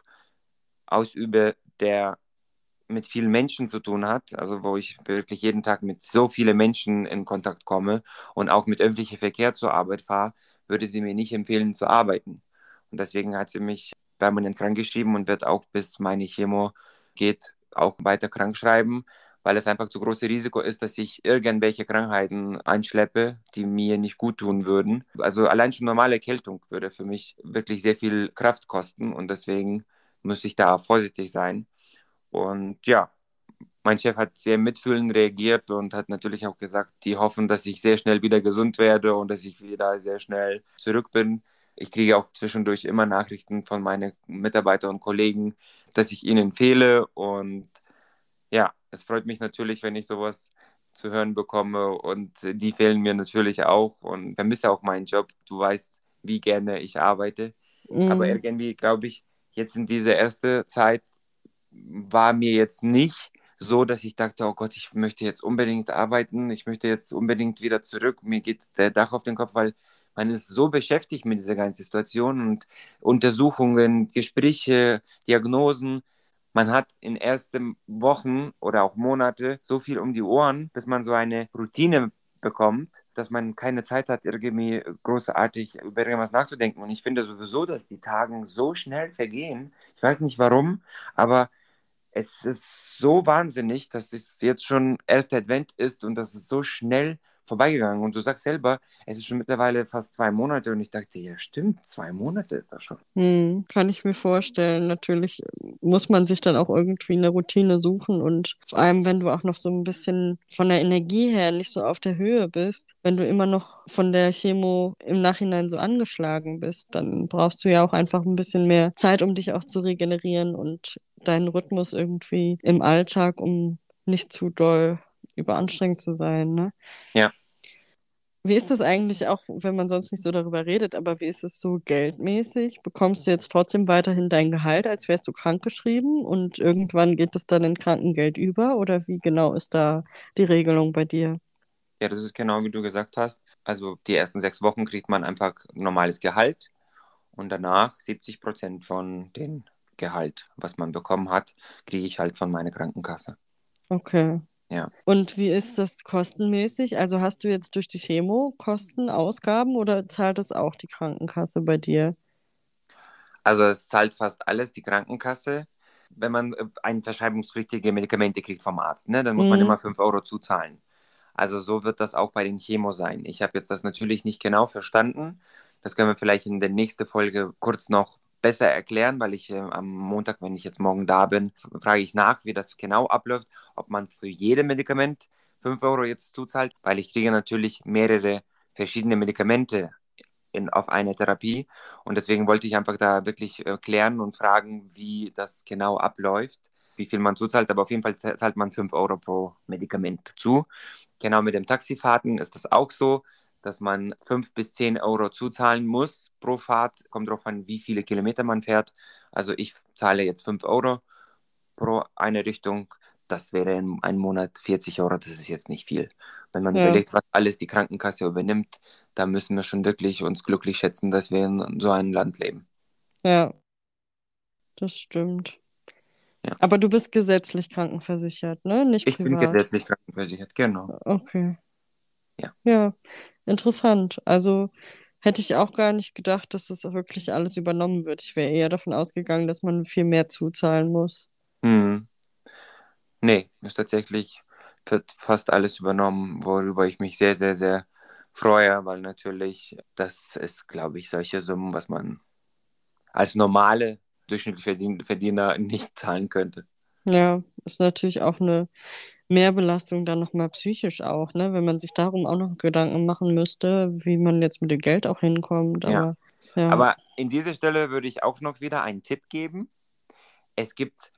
ausübe, der mit vielen Menschen zu tun hat, also wo ich wirklich jeden Tag mit so vielen Menschen in Kontakt komme und auch mit öffentlichem Verkehr zur Arbeit fahre, würde sie mir nicht empfehlen zu arbeiten. Und deswegen hat sie mich permanent krankgeschrieben und wird auch bis meine Chemo geht auch weiter krank schreiben, weil es einfach zu großes Risiko ist, dass ich irgendwelche Krankheiten einschleppe, die mir nicht gut tun würden. Also allein schon normale Erkältung würde für mich wirklich sehr viel Kraft kosten und deswegen muss ich da vorsichtig sein. Und ja, mein Chef hat sehr mitfühlend reagiert und hat natürlich auch gesagt, die hoffen, dass ich sehr schnell wieder gesund werde und dass ich wieder sehr schnell zurück bin. Ich kriege auch zwischendurch immer Nachrichten von meinen Mitarbeitern und Kollegen, dass ich ihnen fehle. Und ja, es freut mich natürlich, wenn ich sowas zu hören bekomme. Und die fehlen mir natürlich auch und vermisse auch meinen Job. Du weißt, wie gerne ich arbeite. Aber Mhm. irgendwie glaube ich, jetzt in dieser ersten Zeit war mir jetzt nicht so, dass ich dachte, oh Gott, ich möchte jetzt unbedingt arbeiten, ich möchte jetzt unbedingt wieder zurück, mir geht der Dach auf den Kopf, weil man ist so beschäftigt mit dieser ganzen Situation und Untersuchungen, Gespräche, Diagnosen. Man hat in ersten Wochen oder auch Monate so viel um die Ohren, bis man so eine Routine bekommt, dass man keine Zeit hat, irgendwie großartig über irgendwas nachzudenken. Und ich finde sowieso, dass die Tage so schnell vergehen. Ich weiß nicht warum, aber es ist so wahnsinnig, dass es jetzt schon erster Advent ist und das ist so schnell vorbeigegangen. Und du sagst selber, es ist schon mittlerweile fast 2 Monate und ich dachte, ja stimmt, 2 Monate ist das schon. Kann ich mir vorstellen. Natürlich muss man sich dann auch irgendwie eine Routine suchen und vor allem, wenn du auch noch so ein bisschen von der Energie her nicht so auf der Höhe bist, wenn du immer noch von der Chemo im Nachhinein so angeschlagen bist, dann brauchst du ja auch einfach ein bisschen mehr Zeit, um dich auch zu regenerieren und deinen Rhythmus irgendwie im Alltag, um nicht zu doll überanstrengend zu sein, ne? Ja, Wie ist das eigentlich auch, wenn man sonst nicht so darüber redet, aber wie ist es so geldmäßig? Bekommst du jetzt trotzdem weiterhin dein Gehalt, als wärst du krankgeschrieben und irgendwann geht es dann in Krankengeld über? Oder wie genau ist da die Regelung bei dir? ja, das ist genau wie du gesagt hast. Also die ersten 6 Wochen kriegt man einfach normales Gehalt und danach 70% von dem Gehalt, was man bekommen hat, kriege ich halt von meiner Krankenkasse. Okay. Ja. Und wie ist das kostenmäßig? Also hast du jetzt durch die Chemo Kosten, Ausgaben oder zahlt das auch die Krankenkasse bei dir? Also es zahlt fast alles die Krankenkasse. Wenn man ein verschreibungspflichtige Medikamente kriegt vom Arzt, ne, dann muss man Mhm. immer 5 Euro zuzahlen. Also so wird das auch bei den Chemo sein. Ich habe jetzt das natürlich nicht genau verstanden. Das können wir vielleicht in der nächsten Folge kurz noch besser erklären, weil ich am Montag, wenn ich jetzt morgen da bin, frage ich nach, wie das genau abläuft, ob man für jedes Medikament 5 Euro jetzt zuzahlt, weil ich kriege natürlich mehrere verschiedene Medikamente auf eine Therapie. Und deswegen wollte ich einfach da wirklich klären und fragen, wie das genau abläuft, wie viel man zuzahlt. Aber auf jeden Fall zahlt man 5 Euro pro Medikament zu. Genau, mit den Taxifahrten ist das auch so, dass man 5 bis 10 Euro zuzahlen muss pro Fahrt. Kommt darauf an, wie viele Kilometer man fährt. Also ich zahle jetzt 5 Euro pro eine Richtung. Das wäre in einem Monat 40 Euro. Das ist jetzt nicht viel. Wenn man Ja, überlegt, was alles die Krankenkasse übernimmt, da müssen wir schon wirklich uns glücklich schätzen, dass wir in so einem Land leben. ja, das stimmt. Ja. Aber du bist gesetzlich krankenversichert, ne? Nicht Ich bin privat. gesetzlich krankenversichert, genau. Okay. Ja. Ja, interessant. Also hätte ich auch gar nicht gedacht, dass das auch wirklich alles übernommen wird. Ich wäre eher davon ausgegangen, dass man viel mehr zuzahlen muss. Hm. Nee, ist tatsächlich wird fast alles übernommen, worüber ich mich sehr, sehr, sehr freue, weil natürlich das ist, glaube ich, solche Summen, was man als normale durchschnittliche Verdiener nicht zahlen könnte. Ja, ist natürlich auch eine Mehrbelastung dann nochmal psychisch auch, ne? Wenn man sich darum auch noch Gedanken machen müsste, wie man jetzt mit dem Geld auch hinkommt. Ja, Aber ja, aber in dieser Stelle würde ich auch noch wieder einen Tipp geben. Es gibt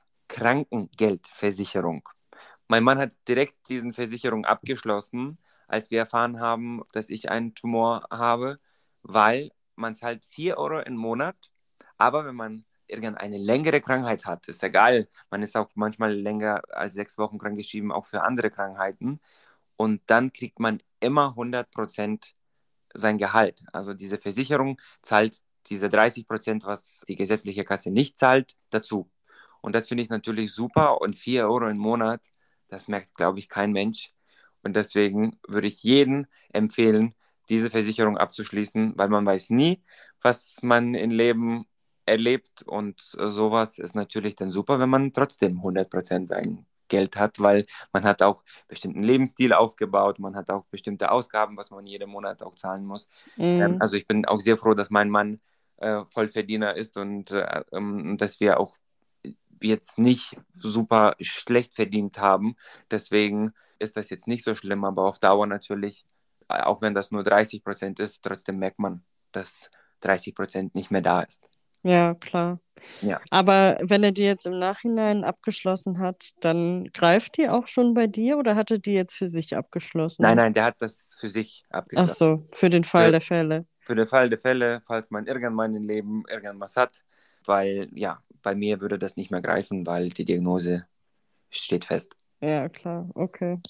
Krankengeldversicherung. Mein Mann hat direkt diesen Versicherung abgeschlossen, als wir erfahren haben, dass ich einen Tumor habe, weil man zahlt 4 Euro im Monat, aber wenn man irgendeine längere Krankheit hat, ist egal, man ist auch manchmal länger als 6 Wochen krankgeschrieben, auch für andere Krankheiten, und dann kriegt man immer 100% sein Gehalt. Also diese Versicherung zahlt diese 30%, was die gesetzliche Kasse nicht zahlt, dazu. Und das finde ich natürlich super. Und 4 Euro im Monat, das merkt, glaube ich, kein Mensch. Und deswegen würde ich jedem empfehlen, diese Versicherung abzuschließen, weil man weiß nie, was man im Leben erlebt. Und sowas ist natürlich dann super, wenn man trotzdem 100% sein Geld hat, weil man hat auch bestimmten Lebensstil aufgebaut, man hat auch bestimmte Ausgaben, was man jeden Monat auch zahlen muss. mm, Also ich bin auch sehr froh, dass mein Mann Vollverdiener ist und dass wir auch jetzt nicht super schlecht verdient haben. Deswegen ist das jetzt nicht so schlimm, aber auf Dauer natürlich, auch wenn das nur 30% ist, trotzdem merkt man, dass 30% nicht mehr da ist. ja, klar. Ja. Aber wenn er die jetzt im Nachhinein abgeschlossen hat, dann greift die auch schon bei dir oder hat er die jetzt für sich Nein, abgeschlossen? nein, der hat das für sich Ach abgeschlossen. so, für den Fall Für, der Fälle. für den Fall der Fälle, falls man irgendwann im Leben irgendwas hat, weil ja, bei mir würde das nicht mehr greifen, weil die Diagnose steht fest. Ja, klar, okay.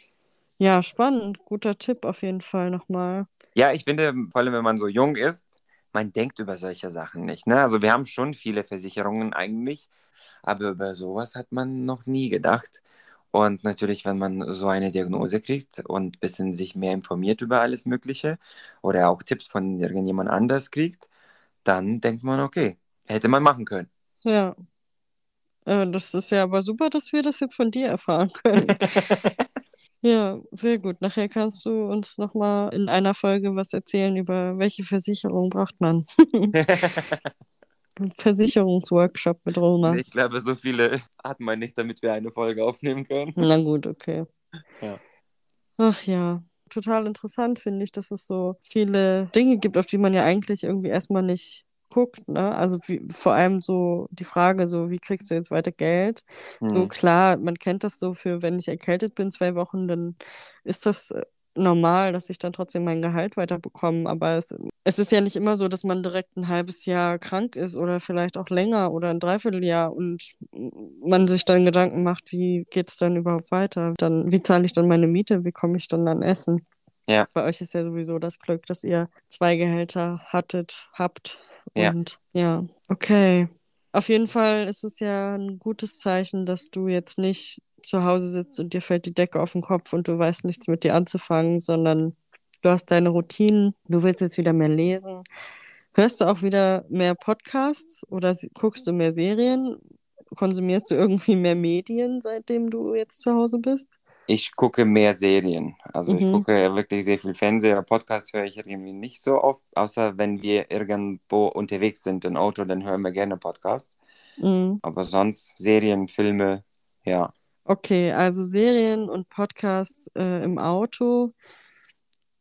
Ja, spannend. Guter Tipp auf jeden Fall nochmal. Ja, ich finde, vor allem wenn man so jung ist, man denkt über solche Sachen nicht. Ne? Also wir haben schon viele Versicherungen eigentlich, aber über sowas hat man noch nie gedacht. Und natürlich, wenn man so eine Diagnose kriegt und ein bisschen sich mehr informiert über alles Mögliche oder auch Tipps von irgendjemand anders kriegt, dann denkt man, okay, hätte man machen können. Ja, das ist ja aber super, dass wir das jetzt von dir erfahren können. Ja, sehr gut. Nachher kannst du uns nochmal in einer Folge was erzählen über welche Versicherung braucht man. Ein Versicherungsworkshop mit Ich Romas. glaube, so viele hat man nicht, damit wir eine Folge aufnehmen können. Na gut, okay. Ja. Ach ja, total interessant finde ich, dass es so viele Dinge gibt, auf die man ja eigentlich irgendwie erstmal nicht guckt, ne? Also vor allem so die Frage, so wie kriegst du jetzt weiter Geld? So Hm. klar, man kennt das so für, wenn ich erkältet bin 2 Wochen, dann ist das normal, dass ich dann trotzdem mein Gehalt weiterbekomme. Aber es ist ja nicht immer so, dass man direkt ein halbes Jahr krank ist oder vielleicht auch länger oder ein Dreivierteljahr und man sich dann Gedanken macht, wie geht es dann überhaupt weiter? Dann, wie zahle ich dann meine Miete? Wie komme ich dann an Essen? Ja, Bei euch ist ja sowieso das Glück, dass ihr 2 Gehälter habt. ja, Und ja, okay. Auf jeden Fall ist es ja ein gutes Zeichen, dass du jetzt nicht zu Hause sitzt und dir fällt die Decke auf den Kopf und du weißt nichts mit dir anzufangen, sondern du hast deine Routinen, du willst jetzt wieder mehr lesen. Hörst du auch wieder mehr Podcasts oder guckst du mehr Serien? Konsumierst du irgendwie mehr Medien, seitdem du jetzt zu Hause bist? ich gucke mehr Serien. Also ich Mhm. gucke wirklich sehr viel Fernseher. Podcast höre ich irgendwie nicht so oft, außer wenn wir irgendwo unterwegs sind im Auto, dann hören wir gerne Podcast. Mhm. Aber sonst Serien, Filme, ja. Okay, also Serien und Podcasts im Auto.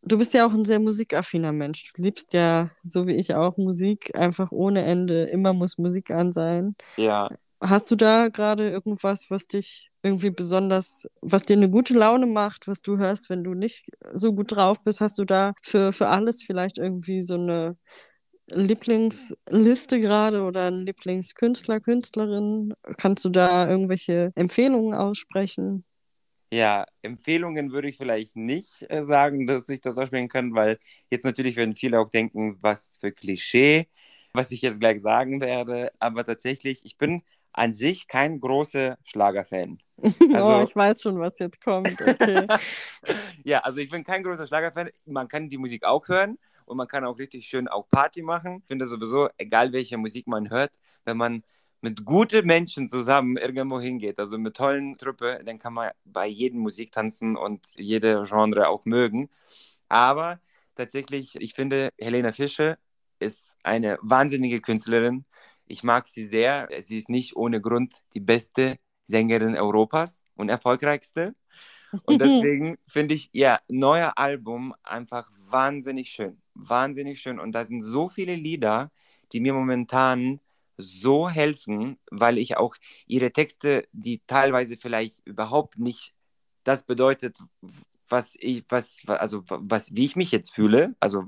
Du bist ja auch ein sehr musikaffiner Mensch. Du liebst ja, so wie ich auch, Musik einfach ohne Ende. Immer muss Musik an sein. Ja, Hast du da gerade irgendwas, was dich irgendwie besonders, was dir eine gute Laune macht, was du hörst, wenn du nicht so gut drauf bist? Hast du da für alles vielleicht irgendwie so eine Lieblingsliste gerade oder einen Lieblingskünstler, Künstlerin? Kannst du da irgendwelche Empfehlungen aussprechen? ja, Empfehlungen würde ich vielleicht nicht sagen, dass ich das ausspielen kann, weil jetzt natürlich werden viele auch denken, was für Klischee, was ich jetzt gleich sagen werde. Aber tatsächlich, ich bin an sich kein großer Schlagerfan. Oh, Also, ich weiß schon, was jetzt kommt. Okay. ja, also ich bin kein großer Schlagerfan. Man kann die Musik auch hören und man kann auch richtig schön auch Party machen. Ich finde sowieso, egal welche Musik man hört, wenn man mit guten Menschen zusammen irgendwo hingeht, also mit tollen Truppe, dann kann man bei jedem Musik tanzen und jede Genre auch mögen. Aber tatsächlich, ich finde, Helena Fischer ist eine wahnsinnige Künstlerin. Ich mag sie sehr. Sie ist nicht ohne Grund die beste Sängerin Europas und erfolgreichste. Und deswegen finde ich ihr neuer Album einfach wahnsinnig schön. Wahnsinnig schön. Und da sind so viele Lieder, die mir momentan so helfen, weil ich auch ihre Texte, die teilweise vielleicht überhaupt nicht das bedeutet, wie ich mich jetzt fühle. Also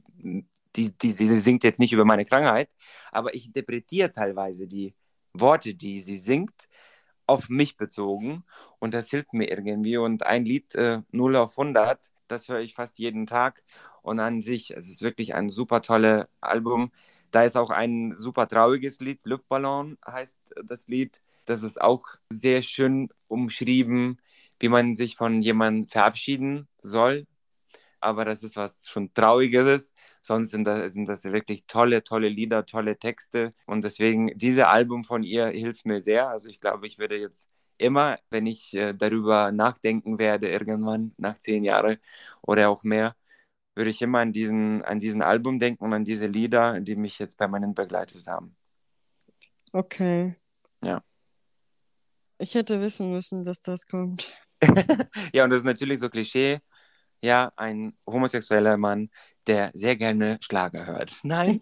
sie singt jetzt nicht über meine Krankheit, aber ich interpretiere teilweise die Worte, die sie singt, auf mich bezogen und das hilft mir irgendwie. Und ein Lied 0 auf 100, das höre ich fast jeden Tag und an sich, es ist wirklich ein super tolles Album. Da ist auch ein super trauriges Lied, Luftballon heißt das Lied. Das ist auch sehr schön umschrieben, wie man sich von jemandem verabschieden soll. Aber das ist was schon Trauriges. Sonst sind das wirklich tolle, tolle Lieder, tolle Texte. Und deswegen, dieses Album von ihr hilft mir sehr. Also ich glaube, ich werde jetzt immer, wenn ich darüber nachdenken werde, irgendwann nach 10 Jahren oder auch mehr, würde ich immer an diesen Album denken und an diese Lieder, die mich jetzt permanent begleitet haben. Okay. Ja. Ich hätte wissen müssen, dass das kommt. Ja, und das ist natürlich so Klischee. Ja, ein homosexueller Mann, der sehr gerne Schlager hört. Nein,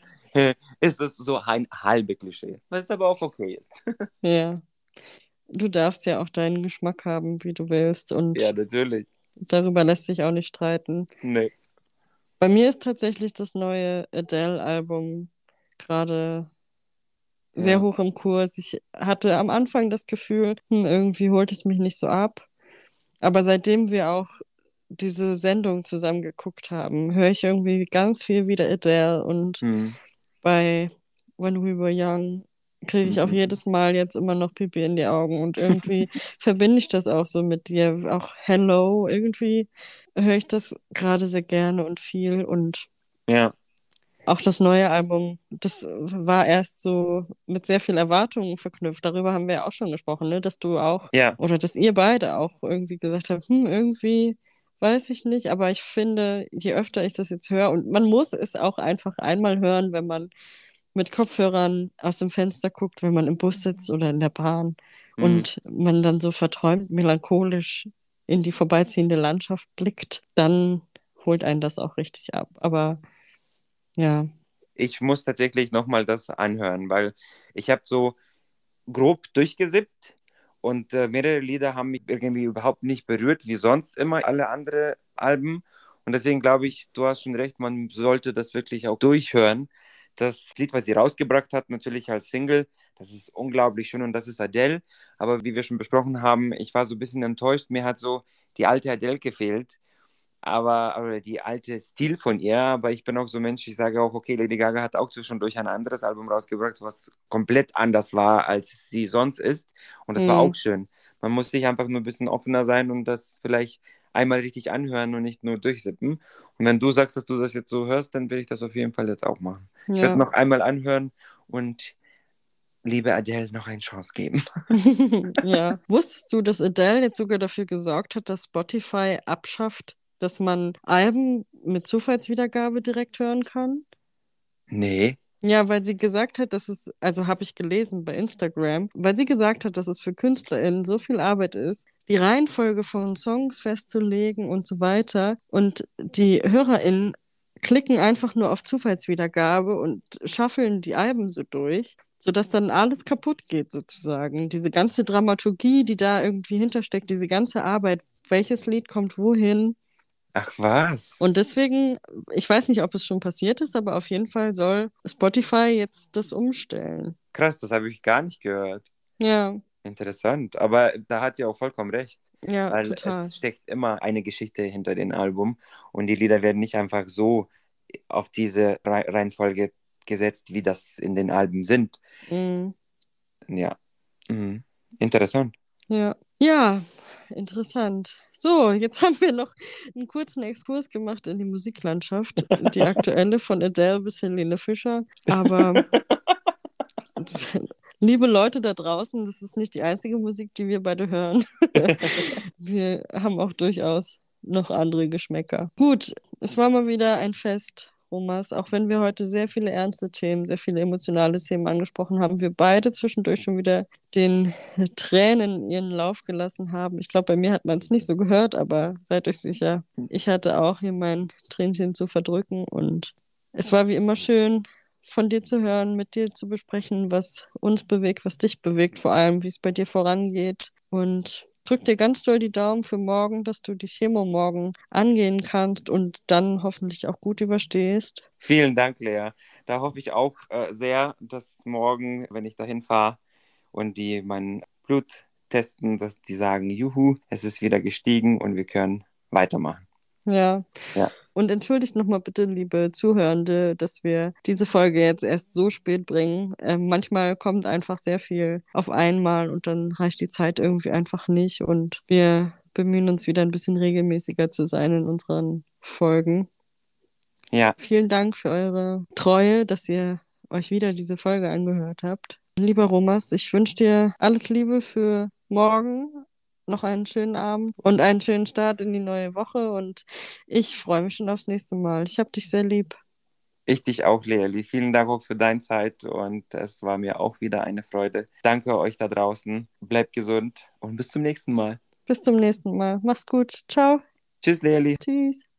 ist das so ein halbe Klischee, was aber auch okay ist. Ja. Du darfst ja auch deinen Geschmack haben, wie du willst, Ja, und natürlich. darüber lässt sich auch nicht streiten. Nee. Bei mir ist tatsächlich das neue Adele-Album gerade sehr Ja. hoch im Kurs. Ich hatte am Anfang das Gefühl, irgendwie holt es mich nicht so ab. Aber seitdem wir auch diese Sendung zusammen geguckt haben, höre ich irgendwie ganz viel wieder Adele, und Hm. bei When We Were Young kriege ich auch Mhm. jedes Mal jetzt immer noch Pipi in die Augen, und irgendwie verbinde ich das auch so mit dir. Auch Hello, irgendwie höre ich das gerade sehr gerne und viel, und Ja, auch das neue Album, das war erst so mit sehr viel Erwartungen verknüpft. Darüber haben wir ja auch schon gesprochen, ne? Dass du auch, ja, oder dass ihr beide auch irgendwie gesagt habt, irgendwie weiß ich nicht, aber ich finde, je öfter ich das jetzt höre, und man muss es auch einfach einmal hören, wenn man mit Kopfhörern aus dem Fenster guckt, wenn man im Bus sitzt oder in der Bahn hm. und man dann so verträumt, melancholisch in die vorbeiziehende Landschaft blickt, dann holt einen das auch richtig ab. Aber ja. Ich muss tatsächlich nochmal das anhören, weil ich habe so grob durchgesippt und mehrere Lieder haben mich irgendwie überhaupt nicht berührt, wie sonst immer alle anderen Alben. Und deswegen glaube ich, du hast schon recht, man sollte das wirklich auch durchhören. Das Lied, was sie rausgebracht hat, natürlich als Single, das ist unglaublich schön und das ist Adele. Aber wie wir schon besprochen haben, ich war so ein bisschen enttäuscht. Mir hat so die alte Adele gefehlt oder die alte Stil von ihr, aber ich bin auch so ein Mensch, ich sage auch, okay, Lady Gaga hat auch zwischendurch ein anderes Album rausgebracht, was komplett anders war, als sie sonst ist und das war Hm. auch schön. Man muss sich einfach nur ein bisschen offener sein und das vielleicht einmal richtig anhören und nicht nur durchsippen. Und wenn du sagst, dass du das jetzt so hörst, dann will ich das auf jeden Fall jetzt auch machen. Ich werde Ja. noch einmal anhören und liebe Adele noch eine Chance geben. Ja. Wusstest du, dass Adele jetzt sogar dafür gesorgt hat, dass Spotify abschafft, dass man Alben mit Zufallswiedergabe direkt hören kann? Nee. Ja, weil sie gesagt hat, dass es, also habe ich gelesen bei Instagram, weil sie gesagt hat, dass es für KünstlerInnen so viel Arbeit ist, die Reihenfolge von Songs festzulegen und so weiter. Und die HörerInnen klicken einfach nur auf Zufallswiedergabe und schaffeln die Alben so durch, sodass dann alles kaputt geht sozusagen. Diese ganze Dramaturgie, die da irgendwie hintersteckt, diese ganze Arbeit, welches Lied kommt wohin. Ach was? Und deswegen, ich weiß nicht, ob es schon passiert ist, aber auf jeden Fall soll Spotify jetzt das umstellen. Krass, das habe ich gar nicht gehört. Ja, Interessant. Aber da hat sie auch vollkommen recht, ja, weil total. es steckt immer eine Geschichte hinter dem Album und die Lieder werden nicht einfach so auf diese Reihenfolge gesetzt, wie das in den Alben sind. Mm, Ja. Mhm. Interessant. ja. Ja, interessant. So, jetzt haben wir noch einen kurzen Exkurs gemacht in die Musiklandschaft, die aktuelle von Adele bis Helene Fischer. Aber liebe Leute da draußen, das ist nicht die einzige Musik, die wir beide hören. Wir haben auch durchaus noch andere Geschmäcker. Gut, es war mal wieder ein Fest, Thomas. Auch wenn wir heute sehr viele ernste Themen, sehr viele emotionale Themen angesprochen haben, wir beide zwischendurch schon wieder den Tränen ihren Lauf gelassen haben. Ich glaube, bei mir hat man es nicht so gehört, aber seid euch sicher, ich hatte auch hier mein Tränchen zu verdrücken und es war wie immer schön, von dir zu hören, mit dir zu besprechen, was uns bewegt, was dich bewegt, vor allem, wie es bei dir vorangeht. Und drück dir ganz doll die Daumen für morgen, dass du die Chemo morgen angehen kannst und dann hoffentlich auch gut überstehst. Vielen Dank, Lea. Da hoffe ich auch sehr, dass morgen, wenn ich dahin fahre und die mein Blut testen, dass die sagen, juhu, es ist wieder gestiegen und wir können weitermachen. Ja. Ja. Und entschuldigt nochmal bitte, liebe Zuhörende, dass wir diese Folge jetzt erst so spät bringen. Manchmal kommt einfach sehr viel auf einmal und dann reicht die Zeit irgendwie einfach nicht. Und wir bemühen uns wieder ein bisschen regelmäßiger zu sein in unseren Folgen. Ja, Vielen Dank für eure Treue, dass ihr euch wieder diese Folge angehört habt. Lieber Romas, ich wünsche dir alles Liebe für morgen, noch einen schönen Abend und einen schönen Start in die neue Woche und ich freue mich schon aufs nächste Mal. Ich habe dich sehr lieb. ich dich auch, Leali. Vielen Dank auch für deine Zeit und es war mir auch wieder eine Freude. Danke euch da draußen. Bleibt gesund und bis zum nächsten Mal. Bis zum nächsten Mal. Mach's gut. Ciao. Tschüss, Leali. Tschüss.